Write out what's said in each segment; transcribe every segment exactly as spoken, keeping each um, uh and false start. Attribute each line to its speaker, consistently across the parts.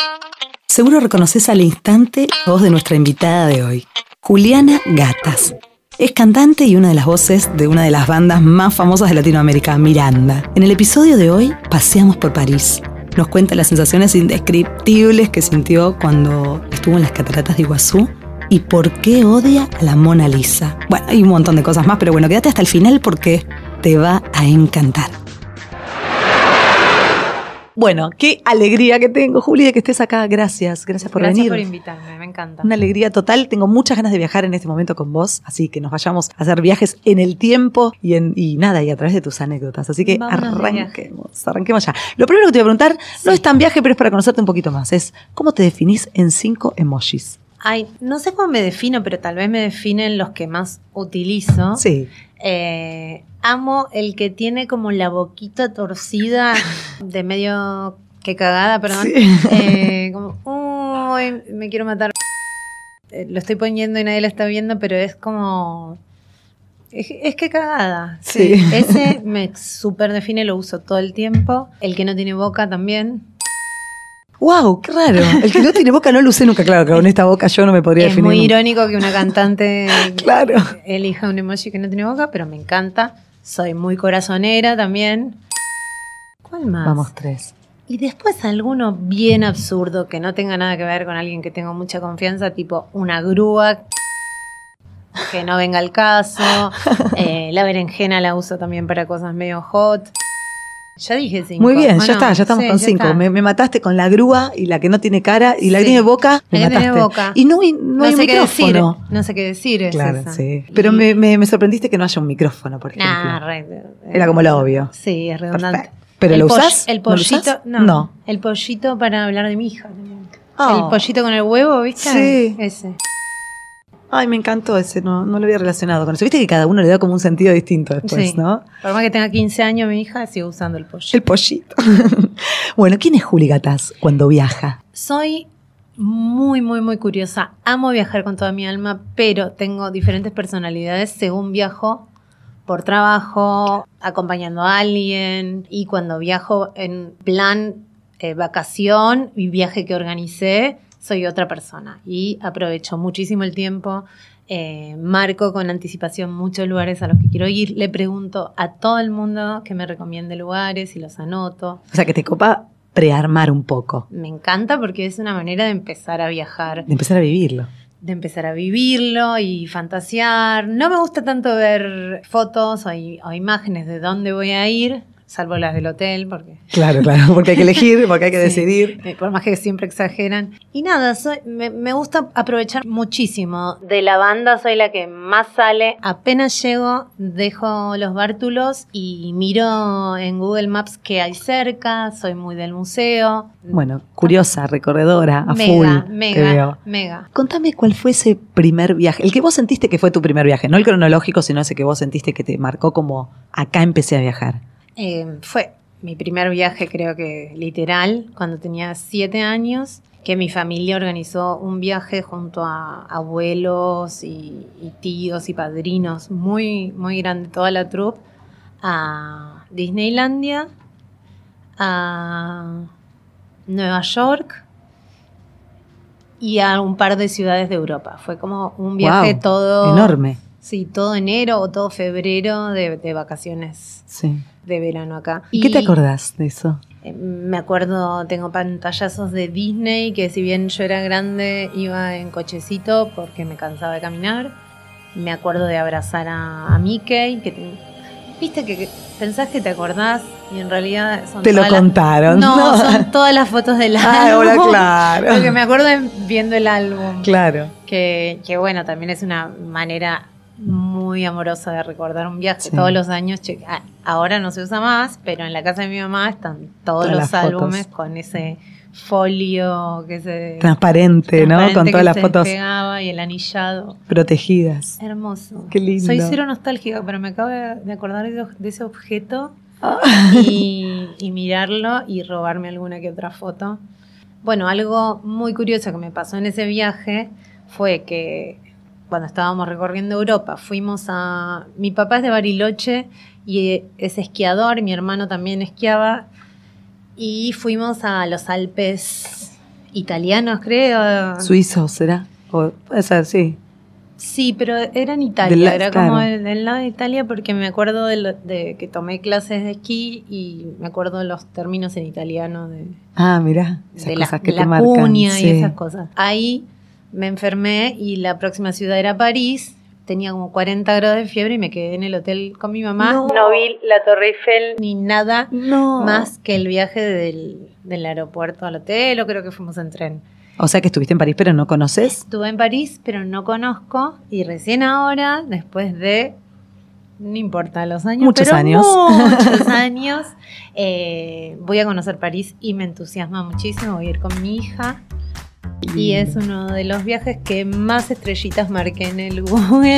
Speaker 1: Seguro reconoces al instante la voz de nuestra invitada de hoy, Juliana Gatas. Es cantante y una de las voces de una de las bandas más famosas de Latinoamérica, Miranda. En el episodio de hoy, paseamos por París. Nos cuenta las sensaciones indescriptibles que sintió cuando estuvo en las cataratas de Iguazú y por qué odia a la Mona Lisa. Bueno, hay un montón de cosas más, pero bueno, quédate hasta el final porque te va a encantar. Bueno, qué alegría que tengo, Juli, de que estés acá. Gracias, gracias por
Speaker 2: gracias
Speaker 1: venir.
Speaker 2: Gracias por invitarme, me encanta.
Speaker 1: Una alegría total. Tengo muchas ganas de viajar en este momento con vos, así que nos vayamos a hacer viajes en el tiempo y, en, y nada, y a través de tus anécdotas. Así que Vámonos arranquemos, arranquemos ya. Lo primero que te voy a preguntar, sí. no es tan viaje, pero es para conocerte un poquito más. Es, ¿cómo te definís en cinco emojis?
Speaker 2: Ay, no sé cómo me defino, pero tal vez me definen los que más utilizo.
Speaker 1: Sí.
Speaker 2: Eh, amo el que tiene como la boquita torcida de medio que cagada, perdón. Sí. Eh, como, uy, me quiero matar. Eh, lo estoy poniendo y nadie lo está viendo, pero es como... Es, es que cagada. Sí. sí. Ese me súper define, lo uso todo el tiempo. El que no tiene boca también.
Speaker 1: ¡Wow! ¡Qué raro! El que no tiene boca no lo usé nunca. Claro, que con esta boca yo no me podría
Speaker 2: es
Speaker 1: definir.
Speaker 2: Es muy irónico que una cantante
Speaker 1: claro.
Speaker 2: elija un emoji que no tiene boca, pero me encanta. Soy muy corazonera también. ¿Cuál más?
Speaker 1: Vamos, tres.
Speaker 2: Y después alguno bien absurdo que no tenga nada que ver con alguien que tengo mucha confianza, tipo una grúa que no venga al caso. eh, la berenjena la uso también para cosas medio hot. Ya dije cinco.
Speaker 1: Muy bien, ya
Speaker 2: no?
Speaker 1: está, ya estamos sí, con cinco. Me, me mataste con la grúa y la que no tiene cara y la sí. que tiene boca. Me
Speaker 2: la que
Speaker 1: mataste.
Speaker 2: tiene boca.
Speaker 1: Y no, y no, no hay
Speaker 2: sé
Speaker 1: micrófono.
Speaker 2: Qué decir, no sé qué decir. Es
Speaker 1: claro,
Speaker 2: esa.
Speaker 1: sí. Pero y... me, me, me sorprendiste que no haya un micrófono, por ejemplo.
Speaker 2: Nah, re,
Speaker 1: Era como lo obvio.
Speaker 2: Sí, es redundante.
Speaker 1: Perfecto. ¿Pero
Speaker 2: el
Speaker 1: lo
Speaker 2: poll,
Speaker 1: usás?
Speaker 2: El pollito,
Speaker 1: ¿No,
Speaker 2: no,
Speaker 1: no.
Speaker 2: El pollito para hablar de mi hija también.
Speaker 1: Oh.
Speaker 2: El pollito con el huevo, ¿viste?
Speaker 1: Sí.
Speaker 2: Ese.
Speaker 1: Ay, me encantó ese, no, no lo había relacionado con eso. Viste que cada uno le da como un sentido distinto después,
Speaker 2: sí.
Speaker 1: ¿no?
Speaker 2: Por más que tenga quince años mi hija, sigue usando el pollito.
Speaker 1: El pollito. Bueno, ¿quién es Juli Gatas cuando viaja?
Speaker 2: Soy muy, muy, muy curiosa. Amo viajar con toda mi alma, pero tengo diferentes personalidades según viajo por trabajo, acompañando a alguien y cuando viajo en plan eh, vacación y viaje que organicé, soy otra persona y aprovecho muchísimo el tiempo, eh, marco con anticipación muchos lugares a los que quiero ir, le pregunto a todo el mundo que me recomiende lugares y los anoto.
Speaker 1: O sea, que te copa prearmar un poco.
Speaker 2: Me encanta porque es una manera de empezar a viajar.
Speaker 1: De empezar a vivirlo.
Speaker 2: De empezar a vivirlo y fantasear. No me gusta tanto ver fotos o, o imágenes de dónde voy a ir, salvo las del hotel, porque...
Speaker 1: Claro, claro, porque hay que elegir, porque hay que
Speaker 2: sí,
Speaker 1: decidir.
Speaker 2: Por más que siempre exageran. Y nada, soy, me, me gusta aprovechar muchísimo. De la banda soy la que más sale. Apenas llego, dejo los bártulos y miro en Google Maps qué hay cerca. Soy muy del museo.
Speaker 1: Bueno, curiosa, recorredora, a
Speaker 2: mega,
Speaker 1: full.
Speaker 2: Mega,
Speaker 1: te veo.
Speaker 2: mega.
Speaker 1: Contame cuál fue ese primer viaje, el que vos sentiste que fue tu primer viaje, no el cronológico, sino ese que vos sentiste que te marcó como acá empecé a viajar.
Speaker 2: Eh, fue mi primer viaje, creo que literal, cuando tenía siete años, que mi familia organizó un viaje junto a abuelos y, y tíos y padrinos, muy, muy grande, toda la troupe, a Disneylandia, a Nueva York y a un par de ciudades de Europa. Fue como un viaje wow, todo...
Speaker 1: enorme.
Speaker 2: Sí, todo enero o todo febrero de, de vacaciones.
Speaker 1: Sí.
Speaker 2: De verano acá.
Speaker 1: ¿Y qué te acordás de eso?
Speaker 2: Eh, me acuerdo, tengo pantallazos de Disney, que si bien yo era grande, iba en cochecito porque me cansaba de caminar. Me acuerdo de abrazar a, a Mickey, que te, viste que, que pensás que te acordás y en realidad son
Speaker 1: te lo contaron.
Speaker 2: Las, no, no, son todas las fotos del
Speaker 1: ah,
Speaker 2: álbum.
Speaker 1: Ahora, claro.
Speaker 2: Porque me acuerdo viendo el álbum.
Speaker 1: Claro.
Speaker 2: Que, que bueno, también es una manera muy amorosa de recordar un viaje. Sí. Todos los años, ahora no se usa más, pero en la casa de mi mamá están todos todas los álbumes fotos. Con ese folio que se
Speaker 1: transparente, transparente ¿no? Con todas las fotos
Speaker 2: pegaba y el anillado
Speaker 1: protegidas.
Speaker 2: Hermoso.
Speaker 1: Qué lindo.
Speaker 2: Soy cero nostálgica, pero me acabo de acordar de ese objeto ah. y, y mirarlo y robarme alguna que otra foto. Bueno, algo muy curioso que me pasó en ese viaje fue que cuando estábamos recorriendo Europa, fuimos a... Mi papá es de Bariloche y es esquiador, mi hermano también esquiaba, y fuimos a los Alpes italianos, creo.
Speaker 1: Suizos, ¿será? O, puede ser, sí.
Speaker 2: Sí, pero era en Italia,
Speaker 1: la,
Speaker 2: era
Speaker 1: claro.
Speaker 2: como del, del lado de Italia, porque me acuerdo de, lo, de que tomé clases de esquí y me acuerdo de los términos en italiano de,
Speaker 1: ah, mirá, esas
Speaker 2: de
Speaker 1: cosas
Speaker 2: la,
Speaker 1: que
Speaker 2: la
Speaker 1: te marcan,
Speaker 2: cuña
Speaker 1: sí.
Speaker 2: y esas cosas. Ahí me enfermé y la próxima ciudad era París. Tenía como cuarenta grados de fiebre y me quedé en el hotel con mi mamá.
Speaker 1: No,
Speaker 2: no vi la Torre Eiffel ni nada
Speaker 1: no.
Speaker 2: más que el viaje del, del aeropuerto al hotel, o creo que fuimos en tren.
Speaker 1: O sea que estuviste en París, pero no conoces.
Speaker 2: Estuve en París, pero no conozco. Y recién ahora, después de, no importa los años,
Speaker 1: muchos
Speaker 2: pero
Speaker 1: años.
Speaker 2: muchos años, eh, voy a conocer París y me entusiasma muchísimo. Voy a ir con mi hija. Y es uno de los viajes que más estrellitas marqué en el Google.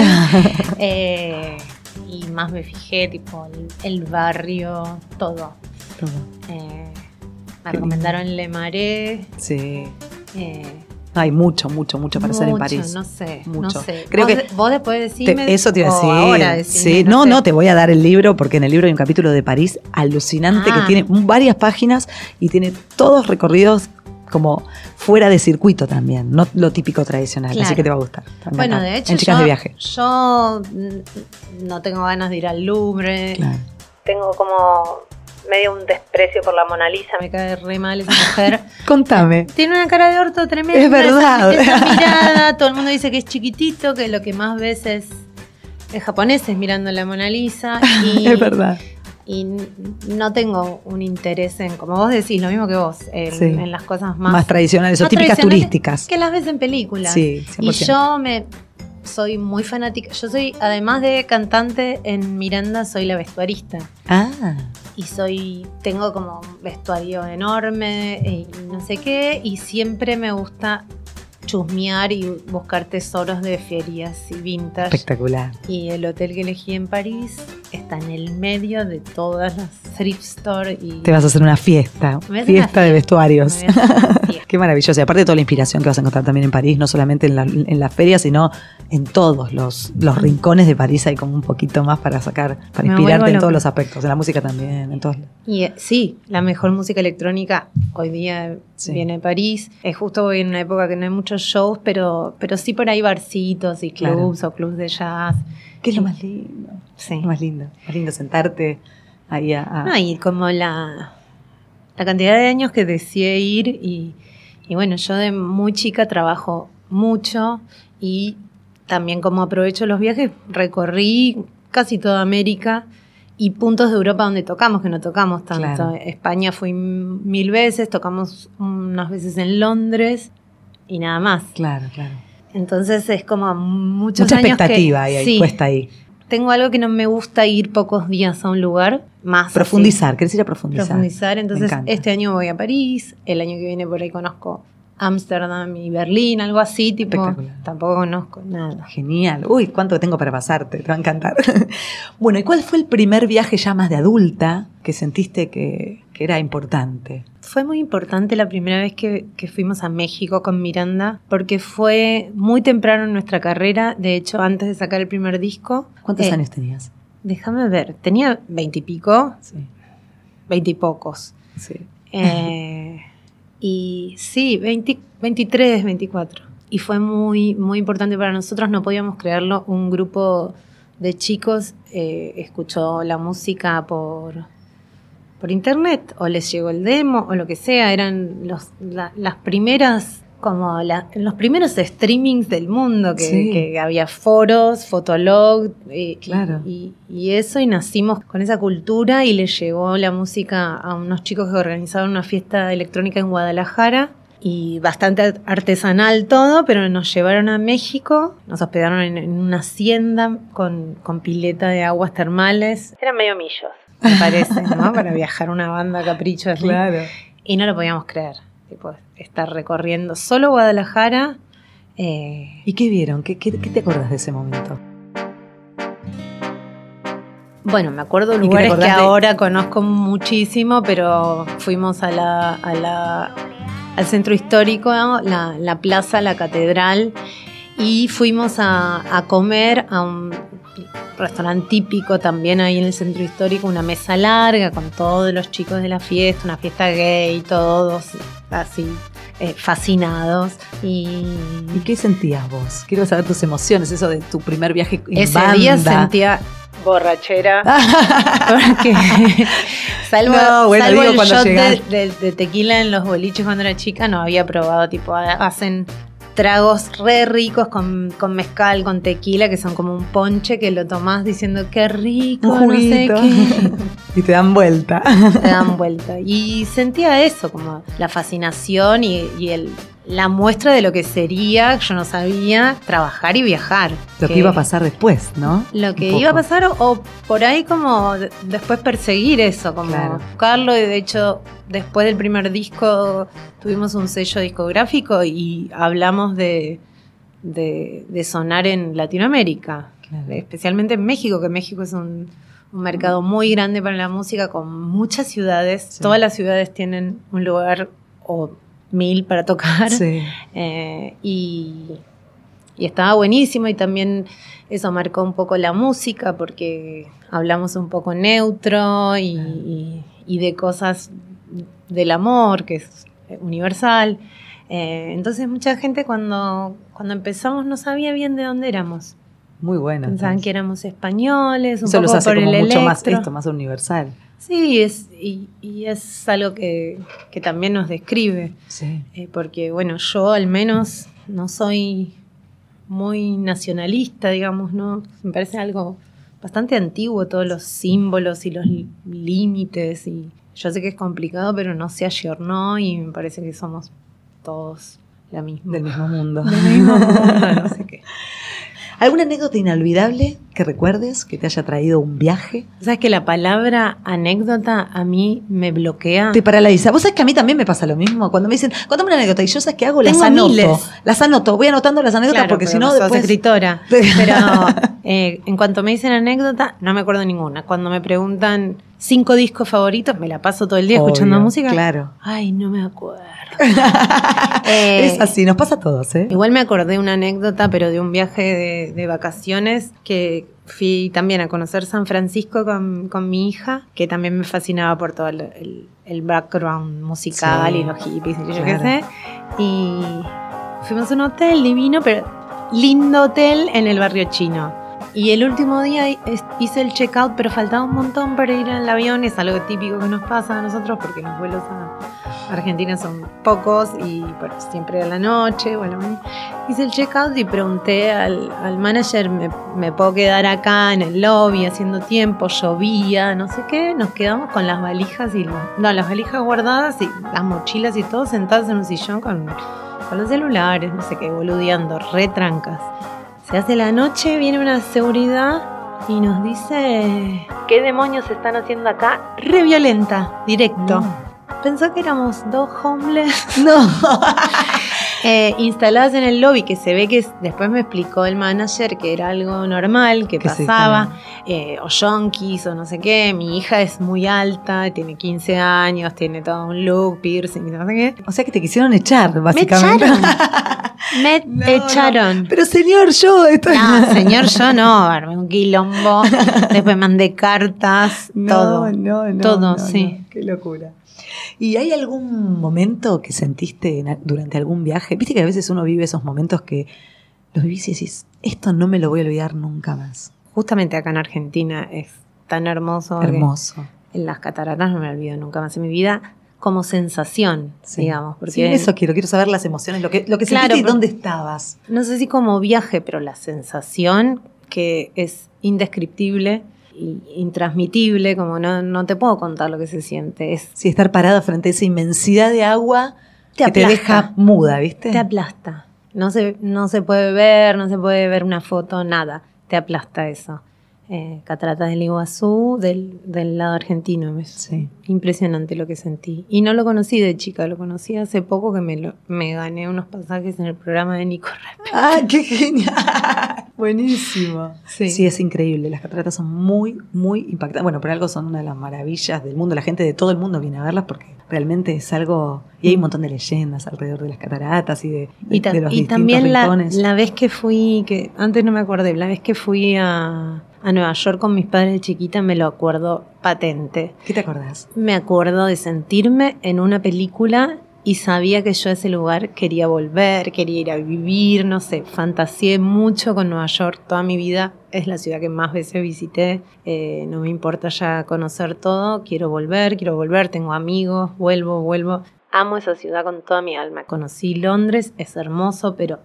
Speaker 2: eh, y más me fijé, tipo, el, el barrio, todo.
Speaker 1: Todo.
Speaker 2: Eh, me
Speaker 1: Qué
Speaker 2: recomendaron
Speaker 1: lindo.
Speaker 2: Le Marais.
Speaker 1: Sí.
Speaker 2: Eh,
Speaker 1: Hay mucho, mucho, mucho para hacer en París.
Speaker 2: No sé,
Speaker 1: mucho.
Speaker 2: no sé.
Speaker 1: Creo
Speaker 2: vos,
Speaker 1: que
Speaker 2: vos después decime.
Speaker 1: te, eso te iba a decir.
Speaker 2: Ahora decime,
Speaker 1: sí, no,
Speaker 2: no, sé.
Speaker 1: no, te voy a dar el libro porque en el libro hay un capítulo de París alucinante
Speaker 2: Ah.
Speaker 1: que tiene varias páginas y tiene todos recorridos como fuera de circuito también, no lo típico tradicional,
Speaker 2: Claro.
Speaker 1: así que te va a gustar. Te va a
Speaker 2: Bueno,
Speaker 1: encantar.
Speaker 2: de hecho,
Speaker 1: en Chicas
Speaker 2: yo,
Speaker 1: de Viaje.
Speaker 2: yo mm, no tengo ganas de ir al Louvre.
Speaker 1: Claro.
Speaker 2: Tengo como medio un desprecio por la Mona Lisa, me cae re mal esa mujer.
Speaker 1: Contame.
Speaker 2: Tiene una cara de orto tremenda.
Speaker 1: Es verdad.
Speaker 2: Esa, esa mirada, todo el mundo dice que es chiquitito, que lo que más ves es, es japoneses mirando la Mona Lisa. Y,
Speaker 1: es verdad.
Speaker 2: Y no tengo un interés en, como vos decís, lo mismo que vos, en,
Speaker 1: Sí.
Speaker 2: en las cosas más,
Speaker 1: Más tradicionales o
Speaker 2: más
Speaker 1: típicas
Speaker 2: tradicionales
Speaker 1: turísticas.
Speaker 2: que las ves en películas.
Speaker 1: Sí, cien
Speaker 2: y
Speaker 1: por ciento.
Speaker 2: yo me soy muy fanática. Yo soy, además de cantante en Miranda, soy la vestuarista.
Speaker 1: Ah,
Speaker 2: Y soy, tengo como un vestuario enorme y no sé qué, y siempre me gusta chusmear y buscar tesoros de ferias y vintage.
Speaker 1: espectacular.
Speaker 2: Y el hotel que elegí en París está en el medio de todas las thrift store y
Speaker 1: Te vas a hacer una fiesta,
Speaker 2: Me voy a hacer
Speaker 1: fiesta
Speaker 2: una
Speaker 1: de
Speaker 2: fiesta.
Speaker 1: vestuarios.
Speaker 2: Me voy a hacer una fiesta.
Speaker 1: Qué maravilloso. Y aparte de toda la inspiración que vas a encontrar también en París, no solamente en la, en la feria, sino en todos los, los rincones de París hay como un poquito más para sacar, para
Speaker 2: Me
Speaker 1: inspirarte
Speaker 2: vuelvo
Speaker 1: en
Speaker 2: loca.
Speaker 1: todos los aspectos, en la música también, en todos.
Speaker 2: Y eh, sí, la mejor música electrónica hoy día
Speaker 1: Sí.
Speaker 2: viene de París. Eh, justo voy en una época que no hay muchos shows, pero, pero sí por ahí barcitos y clubs
Speaker 1: Claro.
Speaker 2: o clubs de jazz.
Speaker 1: ¿Qué es lo más lindo?
Speaker 2: Sí.
Speaker 1: Lo más lindo. Más lindo sentarte ahí a... a-
Speaker 2: No, y como la, la cantidad de años que deseé ir y, y bueno, yo de muy chica trabajo mucho y también como aprovecho los viajes, recorrí casi toda América y puntos de Europa donde tocamos, que no tocamos tanto.
Speaker 1: Claro.
Speaker 2: España fui mil veces, tocamos unas veces en Londres y nada más.
Speaker 1: Claro, claro.
Speaker 2: Entonces es como muchos
Speaker 1: Mucha
Speaker 2: años
Speaker 1: expectativa
Speaker 2: que,
Speaker 1: ahí, ahí,
Speaker 2: sí,
Speaker 1: puesta ahí.
Speaker 2: tengo algo que no me gusta ir pocos días a un lugar, más
Speaker 1: Profundizar,
Speaker 2: así.
Speaker 1: querés ir a profundizar.
Speaker 2: Profundizar,
Speaker 1: Me
Speaker 2: entonces
Speaker 1: encanta.
Speaker 2: este año voy a París, el año que viene por ahí conozco Ámsterdam y Berlín, algo así, tipo,
Speaker 1: Espectacular.
Speaker 2: tampoco conozco nada.
Speaker 1: Genial. Uy, cuánto tengo para pasarte, te va a encantar. Bueno, ¿y cuál fue el primer viaje ya más de adulta que sentiste que, que era importante?
Speaker 2: Fue muy importante la primera vez que, que fuimos a México con Miranda, porque fue muy temprano en nuestra carrera, de hecho antes de sacar el primer disco.
Speaker 1: ¿Cuántos
Speaker 2: eh,
Speaker 1: años tenías?
Speaker 2: Déjame ver, tenía veintipico,
Speaker 1: Sí,
Speaker 2: veintipocos.
Speaker 1: sí.
Speaker 2: Eh, y sí, veinte, veintitrés, veinticuatro. Y fue muy, muy importante para nosotros, no podíamos creerlo. Un grupo de chicos eh, escuchó la música por, por internet, o les llegó el demo, o lo que sea. Eran los, la- las primeras, como la- los primeros streamings del mundo, que,
Speaker 1: Sí.
Speaker 2: que había foros, Fotolog, y,
Speaker 1: Claro.
Speaker 2: y, y eso, y nacimos con esa cultura, y les llegó la música a unos chicos que organizaron una fiesta electrónica en Guadalajara, y bastante artesanal todo, pero nos llevaron a México, nos hospedaron en, en una hacienda con, con pileta de aguas termales. Eran medio millos, me parece, ¿no? Para viajar una banda capricho así.
Speaker 1: Claro.
Speaker 2: Y no lo podíamos creer, tipo, estar recorriendo solo Guadalajara. eh,
Speaker 1: ¿Y qué vieron? ¿Qué, qué, qué te acordás de ese momento?
Speaker 2: Bueno, me acuerdo de
Speaker 1: ¿Y qué te
Speaker 2: lugares que
Speaker 1: acordás de-
Speaker 2: ahora conozco muchísimo, pero fuimos a la, a la, al centro histórico, ¿no? la, la plaza, la catedral, y fuimos a, a comer a un restaurante típico también ahí en el centro histórico, una mesa larga con todos los chicos de la fiesta, una fiesta gay, todos así, eh, fascinados. Y,
Speaker 1: ¿Y qué sentías vos? Quiero saber tus emociones, eso de tu primer viaje en
Speaker 2: ese
Speaker 1: banda.
Speaker 2: día sentía borrachera. Porque salvo,
Speaker 1: no, bueno,
Speaker 2: salvo
Speaker 1: digo,
Speaker 2: el
Speaker 1: cuando
Speaker 2: shot de,
Speaker 1: llegaste.
Speaker 2: de, de tequila en los boliches cuando era chica, no había probado, tipo, hacen tragos re ricos con, con mezcal, con tequila, que son como un ponche que lo tomás diciendo qué rico,
Speaker 1: Un
Speaker 2: no sé
Speaker 1: juguito.
Speaker 2: qué.
Speaker 1: Y te dan vuelta.
Speaker 2: Te dan vuelta. Y sentía eso, como la fascinación y, y el, la muestra de lo que sería, yo no sabía, trabajar y viajar.
Speaker 1: Lo que, que iba a pasar después, ¿no?
Speaker 2: Lo que iba a pasar o, o por ahí como de, después perseguir eso, como
Speaker 1: claro.
Speaker 2: buscarlo. Y de hecho, después del primer disco tuvimos un sello discográfico y hablamos de, de, de sonar en Latinoamérica, claro. Especialmente en México, que México es un, un mercado muy grande para la música, con muchas ciudades. Sí. Todas las ciudades tienen un lugar o mil para tocar.
Speaker 1: Sí.
Speaker 2: Eh, y, y estaba buenísimo, y también eso marcó un poco la música porque hablamos un poco neutro y, y, y de cosas del amor, que es universal. Eh, entonces mucha gente cuando, cuando empezamos no sabía bien de dónde éramos.
Speaker 1: Muy bueno.
Speaker 2: Pensaban entonces. que éramos españoles, un
Speaker 1: Eso
Speaker 2: poco
Speaker 1: los hace
Speaker 2: por
Speaker 1: como
Speaker 2: el
Speaker 1: mucho
Speaker 2: electro.
Speaker 1: Más esto, más universal.
Speaker 2: Sí, es, y, y es algo que, que también nos describe.
Speaker 1: Sí.
Speaker 2: Eh, porque, bueno, yo al menos no soy muy nacionalista, digamos, ¿no? Me parece algo bastante antiguo, todos los símbolos y los límites. Y yo sé que es complicado, pero no se ayornó y me parece que somos todos la misma.
Speaker 1: Del mismo mundo.
Speaker 2: Del mismo mundo, no sé qué.
Speaker 1: ¿Alguna anécdota inolvidable que recuerdes, que te haya traído un viaje?
Speaker 2: ¿Sabes que la palabra anécdota a mí me bloquea?
Speaker 1: Te paraliza. Vos sabés que a mí también me pasa lo mismo. Cuando me dicen, contame una anécdota, y yo, ¿sabes qué hago? Las
Speaker 2: Tengo
Speaker 1: anoto.
Speaker 2: Miles.
Speaker 1: Las anoto. Voy anotando las anécdotas
Speaker 2: claro,
Speaker 1: porque si no
Speaker 2: sos
Speaker 1: después...
Speaker 2: escritora. Pero eh, en cuanto me dicen anécdota, no me acuerdo ninguna. Cuando me preguntan cinco discos favoritos, me la paso todo el día Obvio, escuchando música.
Speaker 1: Claro.
Speaker 2: Ay, no me acuerdo.
Speaker 1: eh, es así, nos pasa a todos, ¿eh?
Speaker 2: Igual me acordé una anécdota, pero de un viaje de, de vacaciones que fui también a conocer San Francisco con, con mi hija, que también me fascinaba por todo el, el, el background musical sí, y los hippies y yo claro. qué sé. Y fuimos a un hotel divino, pero lindo hotel en el barrio chino. Y el último día hice el check-out, pero faltaba un montón para ir al avión. Es algo típico que nos pasa a nosotros porque los vuelos a Argentina son pocos y bueno, siempre a la noche o a la mañana. Hice el check-out y pregunté al, al manager, ¿me, ¿me puedo quedar acá en el lobby haciendo tiempo? Llovía, no sé qué. Nos quedamos con las valijas y los, no, las valijas guardadas y las mochilas y todo sentados en un sillón con, con los celulares, no sé qué, boludeando, re trancas. Se hace la noche, viene una seguridad y nos dice ¿qué demonios están haciendo acá? Re violenta, directo. No. Pensó que éramos dos homeless.
Speaker 1: No.
Speaker 2: eh, instaladas en el lobby, que se ve que después me explicó el manager que era algo normal, que pasaba, eh, o yonkis o no sé qué. Mi hija es muy alta, tiene quince años, tiene todo un look, piercing, no sé qué.
Speaker 1: O sea que te quisieron echar, básicamente.
Speaker 2: Me echaron. Me no, echaron.
Speaker 1: No. Pero señor, yo... Estoy...
Speaker 2: No, señor, yo no. Armé un quilombo. Después mandé cartas.
Speaker 1: No,
Speaker 2: todo.
Speaker 1: No, no,
Speaker 2: Todo,
Speaker 1: no,
Speaker 2: sí.
Speaker 1: No, qué locura. ¿Y hay algún momento que sentiste en, durante algún viaje? Viste que a veces uno vive esos momentos que los vivís y decís, esto no me lo voy a olvidar nunca más.
Speaker 2: Justamente acá en Argentina es tan hermoso.
Speaker 1: Hermoso.
Speaker 2: En las cataratas no me lo olvido nunca más en mi vida. Como sensación, sí. digamos. Porque
Speaker 1: sí, eso quiero, quiero saber las emociones, lo que, lo que
Speaker 2: claro,
Speaker 1: sentiste y dónde estabas.
Speaker 2: No sé si como viaje, pero la sensación que es indescriptible y intransmitible, como no, no te puedo contar lo que se siente. Es
Speaker 1: sí, estar parado frente a esa inmensidad de agua
Speaker 2: te
Speaker 1: que te deja muda, ¿viste?
Speaker 2: Te aplasta. No se, no se puede ver, no se puede ver una foto, nada. Te aplasta eso. Eh, Cataratas del Iguazú, del, del lado argentino. Es
Speaker 1: sí.
Speaker 2: impresionante lo que sentí. Y no lo conocí de chica, lo conocí hace poco que me, lo, me gané unos pasajes en el programa de Nico Rep.
Speaker 1: ¡Ah, qué genial! Buenísimo.
Speaker 2: Sí.
Speaker 1: sí, es increíble. Las cataratas son muy, muy impactantes. Bueno, por algo son una de las maravillas del mundo. La gente de todo el mundo viene a verlas porque realmente es algo... Y hay un montón de leyendas alrededor de las cataratas y de, de,
Speaker 2: y ta-
Speaker 1: de los
Speaker 2: y
Speaker 1: distintos
Speaker 2: también la,
Speaker 1: rincones.
Speaker 2: la vez que fui, que antes no me acordé, la vez que fui a... a Nueva York con mis padres de chiquita, me lo acuerdo patente.
Speaker 1: ¿Qué te acordás?
Speaker 2: Me acuerdo de sentirme en una película y sabía que yo a ese lugar quería volver, quería ir a vivir, no sé, fantaseé mucho con Nueva York. Toda mi vida es la ciudad que más veces visité. Eh, no me importa ya conocer todo, quiero volver, quiero volver, tengo amigos, vuelvo, vuelvo. Amo esa ciudad con toda mi alma. Conocí Londres, es hermoso, pero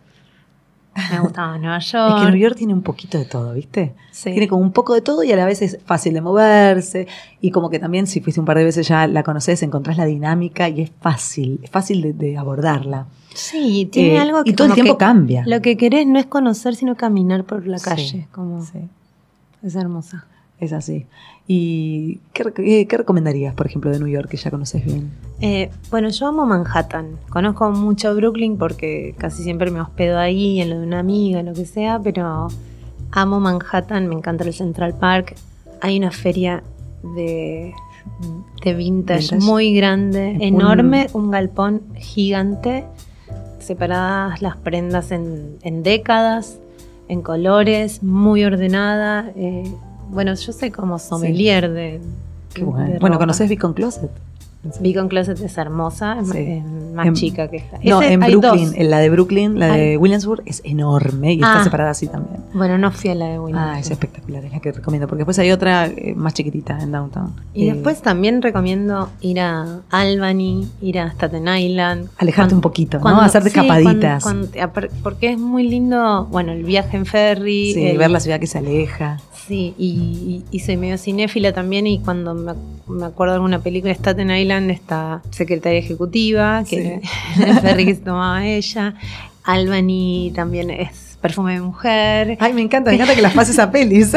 Speaker 2: me gustaba Nueva York.
Speaker 1: Es que New York tiene un poquito de todo, ¿viste?
Speaker 2: Sí.
Speaker 1: Tiene como un poco de todo y a la vez es fácil de moverse. Y como que también si fuiste un par de veces ya la conocés, encontrás la dinámica y es fácil, es fácil de, de abordarla.
Speaker 2: Sí, tiene
Speaker 1: Eh,
Speaker 2: algo que
Speaker 1: y todo el
Speaker 2: como
Speaker 1: tiempo
Speaker 2: que
Speaker 1: cambia.
Speaker 2: Lo que querés no es conocer, sino caminar por la calle.
Speaker 1: Sí,
Speaker 2: como
Speaker 1: sí.
Speaker 2: Es hermosa.
Speaker 1: Es así. ¿Y qué, qué, qué recomendarías, por ejemplo, de New York, que ya conoces bien?
Speaker 2: Eh, bueno, yo amo Manhattan. Conozco mucho Brooklyn porque casi siempre me hospedo ahí, en lo de una amiga, lo que sea, pero amo Manhattan, me encanta el Central Park. Hay una feria de, de vintage,
Speaker 1: Vintage.
Speaker 2: muy grande,
Speaker 1: Un-
Speaker 2: enorme, un galpón gigante, separadas las prendas en, en décadas, en colores, muy ordenada. Eh, bueno, yo soy como sommelier de,
Speaker 1: Qué bueno.
Speaker 2: de
Speaker 1: Bueno,
Speaker 2: ropa.
Speaker 1: ¿conocés Beacon Closet?
Speaker 2: Beacon Closet es hermosa, es,
Speaker 1: Sí.
Speaker 2: es más
Speaker 1: En-
Speaker 2: chica que esta.
Speaker 1: No,
Speaker 2: Ese-
Speaker 1: en
Speaker 2: hay
Speaker 1: Brooklyn,
Speaker 2: dos.
Speaker 1: en la de Brooklyn, la de
Speaker 2: Hay-
Speaker 1: Williamsburg, es enorme y está
Speaker 2: Ah.
Speaker 1: separada así también.
Speaker 2: Bueno, no fui a la de Williams.
Speaker 1: Ah, es espectacular, es la que recomiendo, porque después hay otra eh, más chiquitita en Downtown.
Speaker 2: Y
Speaker 1: Eh,
Speaker 2: después también recomiendo ir a Albany, ir a Staten Island.
Speaker 1: alejarte
Speaker 2: Cuando-
Speaker 1: un poquito, ¿no?
Speaker 2: cuando-
Speaker 1: Hacerte
Speaker 2: sí,
Speaker 1: escapaditas.
Speaker 2: cuando- cuando- apar- porque es muy lindo, bueno, el viaje en ferry.
Speaker 1: Sí,
Speaker 2: el-
Speaker 1: ver la ciudad que se aleja.
Speaker 2: Sí, y, y soy medio cinéfila también, y cuando me, me acuerdo de alguna película, Staten Island está Secretaria Ejecutiva, que el ferry que se tomaba ella. Albany también es Perfume de Mujer.
Speaker 1: Ay, me encanta, me encanta que las pases a pelis.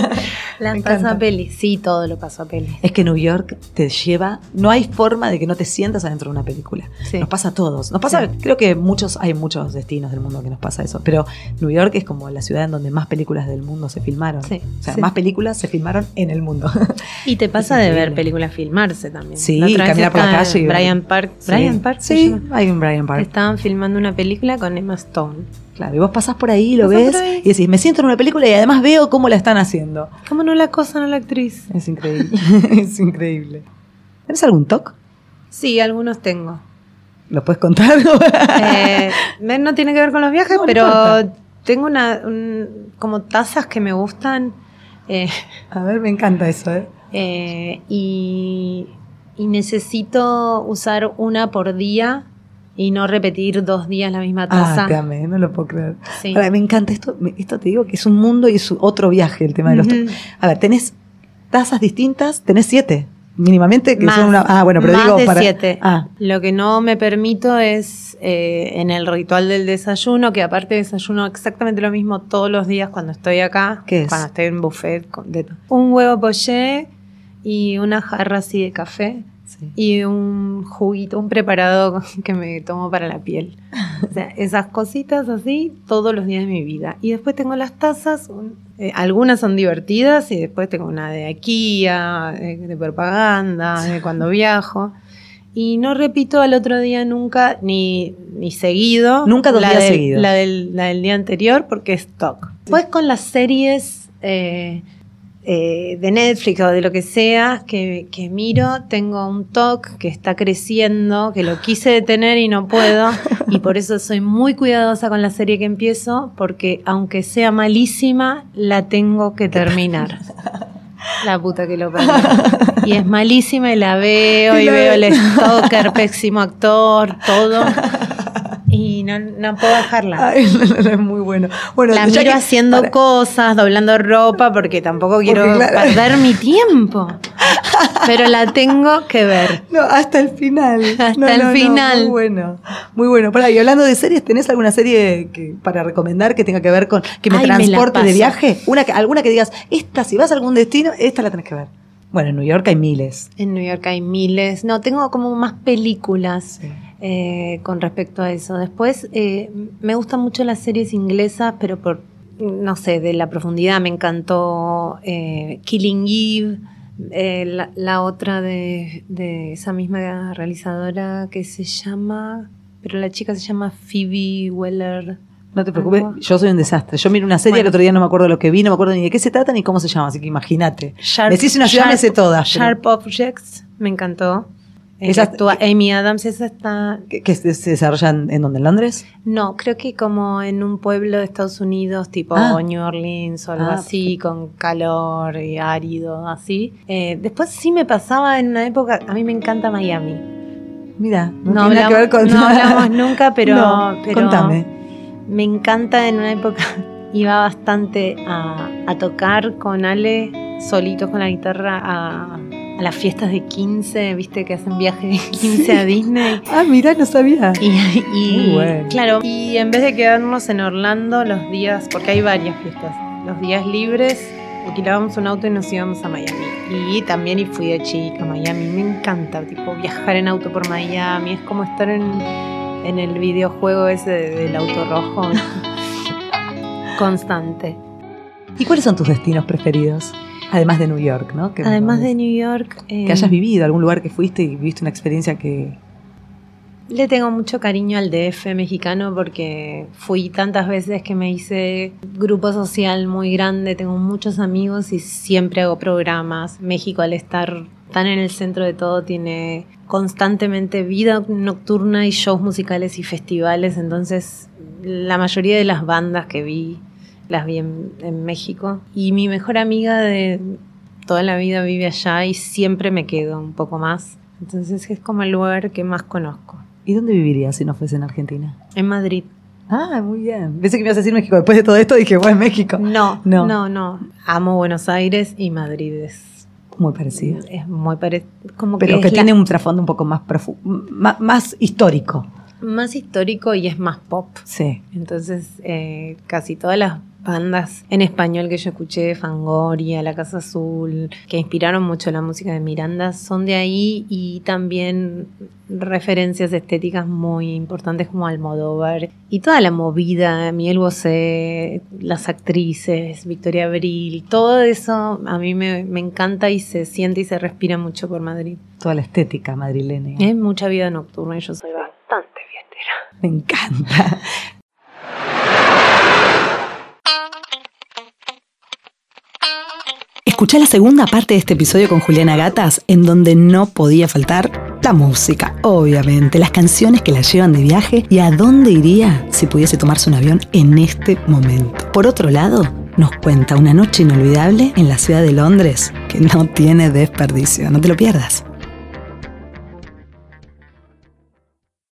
Speaker 2: La
Speaker 1: Me
Speaker 2: paso
Speaker 1: encanta.
Speaker 2: a peli, sí, todo lo paso a peli.
Speaker 1: Es que New York te lleva, no hay forma de que no te sientas adentro de una película.
Speaker 2: Sí.
Speaker 1: Nos pasa a todos. Nos pasa,
Speaker 2: Sí.
Speaker 1: creo que muchos, hay muchos destinos del mundo que nos pasa eso, pero New York es como la ciudad en donde más películas del mundo se filmaron.
Speaker 2: Sí,
Speaker 1: O sea,
Speaker 2: sí.
Speaker 1: más películas se filmaron en el mundo.
Speaker 2: Y te pasa
Speaker 1: Es
Speaker 2: de
Speaker 1: increíble.
Speaker 2: ver películas filmarse también.
Speaker 1: Sí,
Speaker 2: La otra vez
Speaker 1: caminar por la
Speaker 2: estaba
Speaker 1: calle y
Speaker 2: en
Speaker 1: ver-
Speaker 2: Bryant Park.
Speaker 1: Sí.
Speaker 2: Bryant Park. se
Speaker 1: Sí,
Speaker 2: llama.
Speaker 1: hay un Bryant Park.
Speaker 2: Estaban filmando una película con Emma Stone.
Speaker 1: Claro, y vos pasás por ahí, lo
Speaker 2: Pasás
Speaker 1: ves
Speaker 2: por ahí.
Speaker 1: y decís, me siento en una película y además veo cómo la están haciendo.
Speaker 2: ¿Cómo no la acosan a la actriz?
Speaker 1: Es increíble, es increíble. ¿Tienes algún toque?
Speaker 2: Sí, algunos tengo.
Speaker 1: ¿Lo puedes contar?
Speaker 2: Eh, me- no tiene que ver con los viajes,
Speaker 1: No, no
Speaker 2: pero
Speaker 1: importa.
Speaker 2: tengo una un- como tazas que me gustan. eh,
Speaker 1: A ver, me encanta eso, ¿eh?
Speaker 2: eh, y, y necesito usar una por día y no repetir dos días la misma taza.
Speaker 1: Ah, te amé, no lo puedo creer.
Speaker 2: Sí.
Speaker 1: Ahora, me encanta esto, me- esto te digo que es un mundo y es otro viaje el tema de los
Speaker 2: Ujú.
Speaker 1: to- A ver, tenés tazas distintas, tenés siete, mínimamente, que
Speaker 2: Más,
Speaker 1: son una... Ah, bueno, pero
Speaker 2: más
Speaker 1: digo
Speaker 2: de
Speaker 1: para...
Speaker 2: siete.
Speaker 1: Ah,
Speaker 2: Lo que no me permito es eh, en el ritual del desayuno, que aparte desayuno exactamente lo mismo todos los días cuando estoy acá.
Speaker 1: ¿Qué es?
Speaker 2: Cuando estoy en buffet. con- de- un huevo poché y una jarra así de café.
Speaker 1: sí.
Speaker 2: Y un juguito, un preparado que me tomo para la piel. O sea, esas cositas así todos los días de mi vida. Y después tengo las tazas, un- eh, algunas son divertidas y después tengo una de IKEA, eh, de propaganda, de cuando viajo. Y no repito al otro día nunca, ni, ni seguido.
Speaker 1: Nunca dos
Speaker 2: la
Speaker 1: días
Speaker 2: del-
Speaker 1: seguidos.
Speaker 2: La del, la del día anterior porque es stock. Después con las series... eh, eh, de Netflix o de lo que sea que, que miro, tengo un T O C que está creciendo, que lo quise detener y no puedo, y por eso soy muy cuidadosa con la serie que empiezo, porque aunque sea malísima, la tengo que terminar. La puta que lo parió. Y es malísima y la veo y
Speaker 1: Y la
Speaker 2: veo
Speaker 1: ve-
Speaker 2: el stalker, pésimo actor, todo. Y no, no puedo dejarla.
Speaker 1: Ay, no, no, no, es muy bueno. Bueno,
Speaker 2: La
Speaker 1: ya
Speaker 2: miro
Speaker 1: que-
Speaker 2: haciendo
Speaker 1: para-
Speaker 2: cosas, doblando ropa, porque tampoco quiero
Speaker 1: Porque, claro.
Speaker 2: perder mi tiempo. Pero la tengo que ver.
Speaker 1: No, hasta el final.
Speaker 2: Hasta
Speaker 1: No,
Speaker 2: el
Speaker 1: no, no,
Speaker 2: final.
Speaker 1: muy bueno. Muy bueno. Pará, y hablando de series, ¿tenés alguna serie que, para recomendar que tenga que ver con que me
Speaker 2: Ay, me la
Speaker 1: transporte de
Speaker 2: paso.
Speaker 1: viaje? Una que, alguna que digas, esta, si vas a algún destino, esta la tenés que ver. Bueno, en New York hay miles.
Speaker 2: En New York hay miles. No, tengo como más películas
Speaker 1: Sí.
Speaker 2: eh, con respecto a eso. Después, eh, me gustan mucho las series inglesas, pero por, no sé, de la profundidad. Me encantó eh, Killing Eve. Eh, la, la otra de, de esa misma realizadora que se llama, pero la chica se llama Phoebe Weller.
Speaker 1: No te preocupes,
Speaker 2: Algo.
Speaker 1: yo soy un desastre. Yo miro una serie,
Speaker 2: Bueno.
Speaker 1: el otro día no me acuerdo lo que vi, no me acuerdo ni de qué se trata ni cómo se llama, así que imagínate.
Speaker 2: Sharp-
Speaker 1: Decís una ciudad, me sé todas. pero-
Speaker 2: Sharp Objects, me encantó. Ella actúa Amy Adams, esa está...
Speaker 1: ¿Que, que se desarrolla en, en dónde? ¿En Londres?
Speaker 2: No, creo que como en un pueblo de Estados Unidos, tipo ah. New Orleans o algo ah, así, perfecto. Con calor y árido, así. Eh, después sí me pasaba en una época, a mí me encanta Miami.
Speaker 1: Mira, no,
Speaker 2: no,
Speaker 1: tiene
Speaker 2: hablamos,
Speaker 1: que ver con...
Speaker 2: no hablamos nunca, pero,
Speaker 1: no,
Speaker 2: pero
Speaker 1: contame.
Speaker 2: Me encanta en una época, iba bastante a, a tocar con Ale, solitos con la guitarra, a... a las fiestas de quince, viste que hacen viaje de quince a Disney.
Speaker 1: Ah, mira, no sabía.
Speaker 2: Y, y
Speaker 1: Muy bueno.
Speaker 2: Claro, y en vez de quedarnos en Orlando los días, porque hay varias fiestas, los días libres, alquilábamos un auto y nos íbamos a Miami. Y también y fui de chica a Miami. Me encanta, tipo, viajar en auto por Miami. Es como estar en, en el videojuego ese del auto rojo. Constante.
Speaker 1: ¿Y cuáles son tus destinos preferidos? Además de New York, ¿no? Que
Speaker 2: Además de New York...
Speaker 1: Eh, que hayas vivido, algún lugar que fuiste y viviste una experiencia que...
Speaker 2: Le tengo mucho cariño al D F mexicano porque fui tantas veces que me hice grupo social muy grande, tengo muchos amigos y siempre hago programas. México, al estar tan en el centro de todo, tiene constantemente vida nocturna y shows musicales y festivales, entonces la mayoría de las bandas que vi las vi en, en México. Y mi mejor amiga de toda la vida vive allá y siempre me quedo un poco más. Entonces es como el lugar que más conozco.
Speaker 1: ¿Y dónde vivirías si no fuese en Argentina?
Speaker 2: En Madrid.
Speaker 1: Ah, muy bien. Pensé que me ibas a decir México. Después de todo esto dije, bueno, México.
Speaker 2: No, no, no, no. Amo Buenos Aires y Madrid es...
Speaker 1: Muy parecido.
Speaker 2: Es muy parecido. Como
Speaker 1: Pero que,
Speaker 2: que
Speaker 1: que tiene
Speaker 2: la...
Speaker 1: un trasfondo un poco más profundo, más, más histórico.
Speaker 2: Más histórico y es más pop.
Speaker 1: Sí.
Speaker 2: Entonces, eh, casi todas las bandas en español que yo escuché, Fangoria, La Casa Azul, que inspiraron mucho la música de Miranda, son de ahí, y también referencias estéticas muy importantes como Almodóvar y toda la movida, Miguel Bosé, las actrices, Victoria Abril, todo eso a mí me, me encanta y se siente y se respira mucho por Madrid.
Speaker 1: Toda la estética madrileña.
Speaker 2: Es mucha vida nocturna y yo soy bastante fiestera.
Speaker 1: Me encanta. Escuchá la segunda parte de este episodio con Juliana Gatas, en donde no podía faltar la música, obviamente, las canciones que la llevan de viaje y a dónde iría si pudiese tomarse un avión en este momento. Por otro lado, nos cuenta una noche inolvidable en la ciudad de Londres que no tiene desperdicio. No te lo pierdas.